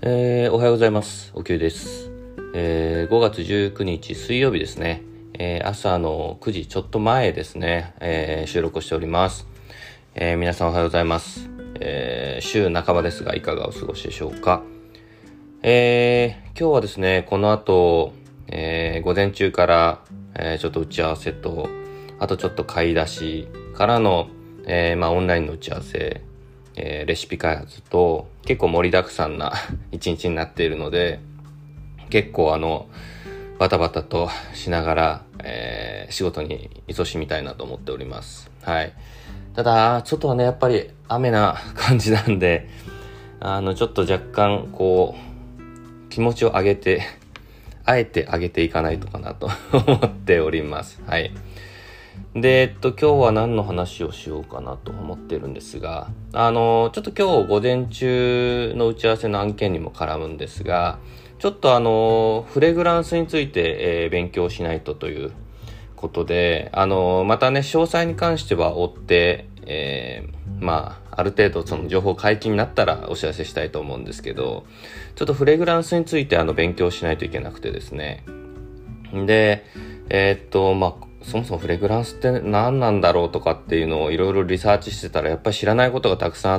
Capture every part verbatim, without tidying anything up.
えー、おはようございます。おきゅうです。えー、ごがつじゅうくにち水曜日ですね。えー、朝のくじちょっと前ですね、えー、収録をしております。えー、皆さんおはようございます。えー、週半ばですがいかがお過ごしでしょうか。えー、今日はですね、この後、えー、午前中から、えー、ちょっと打ち合わせと、あとちょっと買い出しからの、えー、まあオンラインの打ち合わせ、えー、レシピ開発と結構盛りだくさんな一日になっているので、結構あのバタバタとしながら、えー、仕事に勤しみたいなと思っております。はい。ただちょっとはねやっぱり雨な感じなんで、あのちょっと若干こう気持ちを上げてあえて上げていかないとかなと思っております。はい。で、えっと、今日は何の話をしようかなと思ってるんですが、あの、ちょっと今日午前中の打ち合わせの案件にも絡むんですが、ちょっとあの、フレグランスについて、えー、勉強しないとということで、あの、またね、詳細に関しては追って、えー、まあ、ある程度その情報解禁になったらお知らせしたいと思うんですけど、ちょっとフレグランスについてあの、勉強しないといけなくてですね。で、えー、っと、まあ、そもそもフレグランスって何なんだろうとかっていうのをいろいろリサーチしてたらやっぱり知らないことがたくさんあって、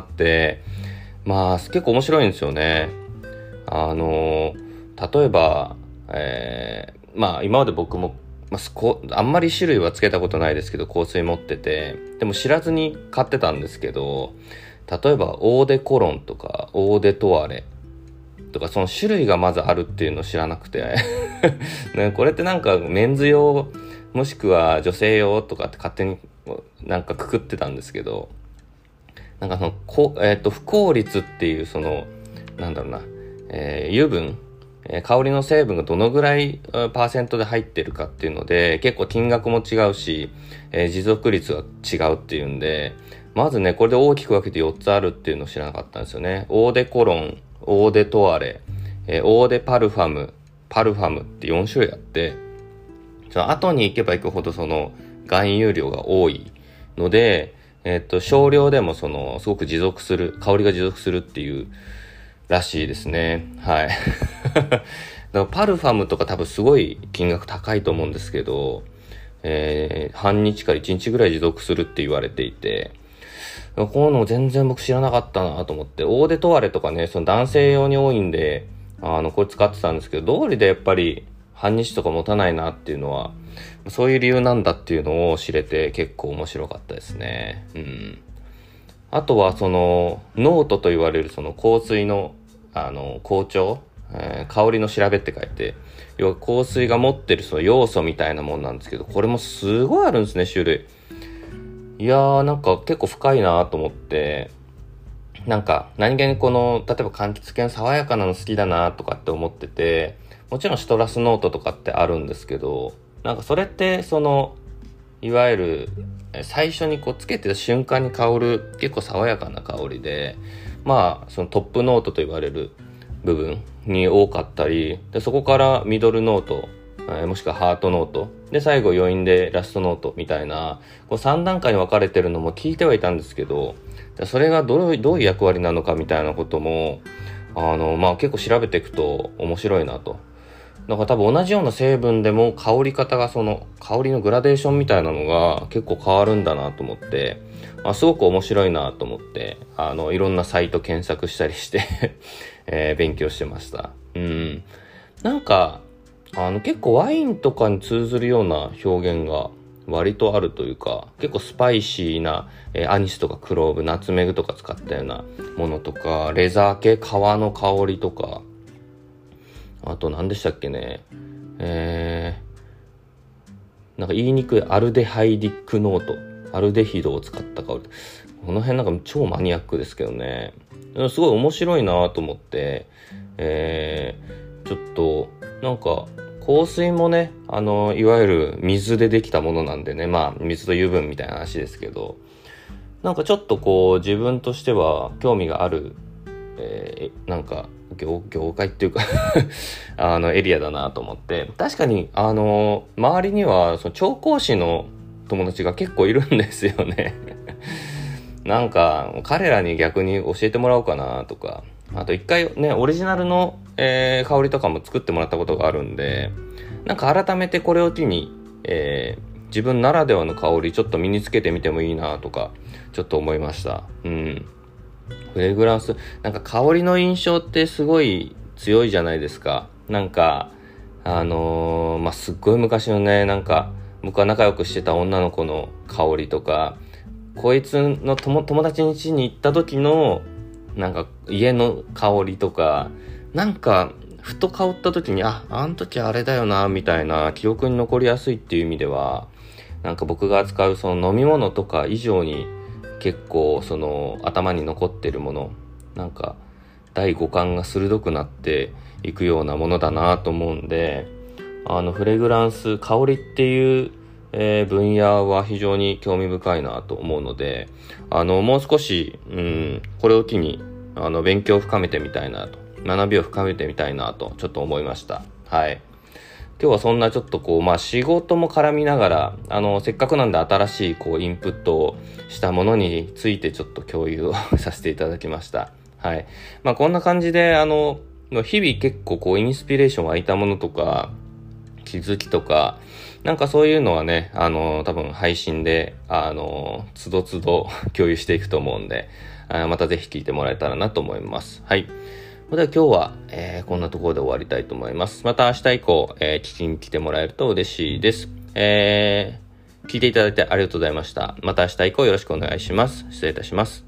まあ結構面白いんですよね。あの例えば、えー、まあ今まで僕も、まあ、こあんまり種類はつけたことないですけど香水持ってて、でも知らずに買ってたんですけど、例えばオーデコロンとかオーデトワレとかその種類がまずあるっていうのを知らなくてね、これってなんかメンズ用もしくは女性用とかって勝手になんかくくってたんですけど、なんかそのこ、えー、と不効率っていうそのなんだろうな、えー、油分、えー、香りの成分がどのぐらいパーセントで入ってるかっていうので結構金額も違うし、えー、持続率が違うっていうんで、まずねこれで大きく分けてよっつあるっていうのを知らなかったんですよね。オーデコロン、オーデトワレ、えー、オーデパルファム、パルファムってよん種類あって、その後に行けば行くほどその含有量が多いので、えっと少量でもそのすごく持続する、香りが持続するっていうらしいですね。はい。だからパルファムとか多分すごい金額高いと思うんですけど、えー、半日からいちにちぐらい持続するって言われていて、こういうの全然僕知らなかったなと思って、オーデトワレとかね、その男性用に多いんで、あのこれ使ってたんですけど、道理でやっぱり半日とか持たないなっていうのはそういう理由なんだっていうのを知れて結構面白かったですね。うん。あとはそのノートと言われるその香水のあの香調、えー、香りの調べって書いて、要は香水が持ってるその要素みたいなもんなんですけど、これもすごいあるんですね、種類。いやーなんか結構深いなと思って、なんか何気にこの例えば柑橘系爽やかなの好きだなとかって思ってて、もちろんシトラスノートとかってあるんですけど、なんかそれってそのいわゆる最初にこうつけてた瞬間に香る結構爽やかな香りで、まあそのトップノートと言われる部分に多かったりで、そこからミドルノート、えー、もしくはハートノートで最後余韻でラストノートみたいなこうさん段階に分かれてるのも聞いてはいたんですけど、それがどう、どういう役割なのかみたいなこともあの、まあ、結構調べていくと面白いなと。だから多分同じような成分でも香り方がその香りのグラデーションみたいなのが結構変わるんだなと思って、まあ、すごく面白いなと思ってあのいろんなサイト検索したりして、えー、勉強してました。うん。なんかあの結構ワインとかに通ずるような表現が割とあるというか、結構スパイシーな、えー、アニスとかクローブ、ナツメグとか使ったようなものとか、レザー系、革の香りとか、あと何でしたっけね、えー、なんか言いにくいアルデハイディックノート、アルデヒドを使った香り、この辺なんか超マニアックですけどね、すごい面白いなと思って、えー、ちょっとなんか香水もね、あのいわゆる水でできたものなんでね、まあ水と油分みたいな話ですけど、なんかちょっとこう自分としては興味がある、えー、なんか業, 業界っていうかあのエリアだなと思って、確かにあの周りにはその調香師の友達が結構いるんですよねなんか彼らに逆に教えてもらおうかなとかあと一回ね、オリジナルの、えー、香りとかも作ってもらったことがあるんで、なんか改めてこれを機に、えー、自分ならではの香りちょっと身につけてみてもいいなとか、ちょっと思いました。うん。フレグランス、なんか香りの印象ってすごい強いじゃないですか。なんか、あのー、まあ、すっごい昔のね、なんか、僕は仲良くしてた女の子の香りとか、こいつの友友達の家に行った時のなんか家の香りとか、なんかふと香った時に、あ、あの時あれだよなみたいな記憶に残りやすいっていう意味では、なんか僕が扱うその飲み物とか以上に結構その頭に残ってるもの、なんか第五感が鋭くなっていくようなものだなと思うんで、あのフレグランス、香りっていうえー、分野は非常に興味深いなと思うので、あのもう少し、うん、これを機にあの勉強を深めてみたいなと、学びを深めてみたいなとちょっと思いました。はい。今日はそんなちょっとこう、まあ仕事も絡みながら、あのせっかくなんで新しいこうインプットをしたものについてちょっと共有をさせていただきました。はい。まあこんな感じで、あの日々結構こうインスピレーション湧いたものとか気づきとか、なんかそういうのはね、あの、多分配信で、あの、つどつど共有していくと思うんで、あまたぜひ聞いてもらえたらなと思います。はい。では今日は、えー、こんなところで終わりたいと思います。また明日以降、えー、聞きに来てもらえると嬉しいです。えー、聞いていただいてありがとうございました。また明日以降よろしくお願いします。失礼いたします。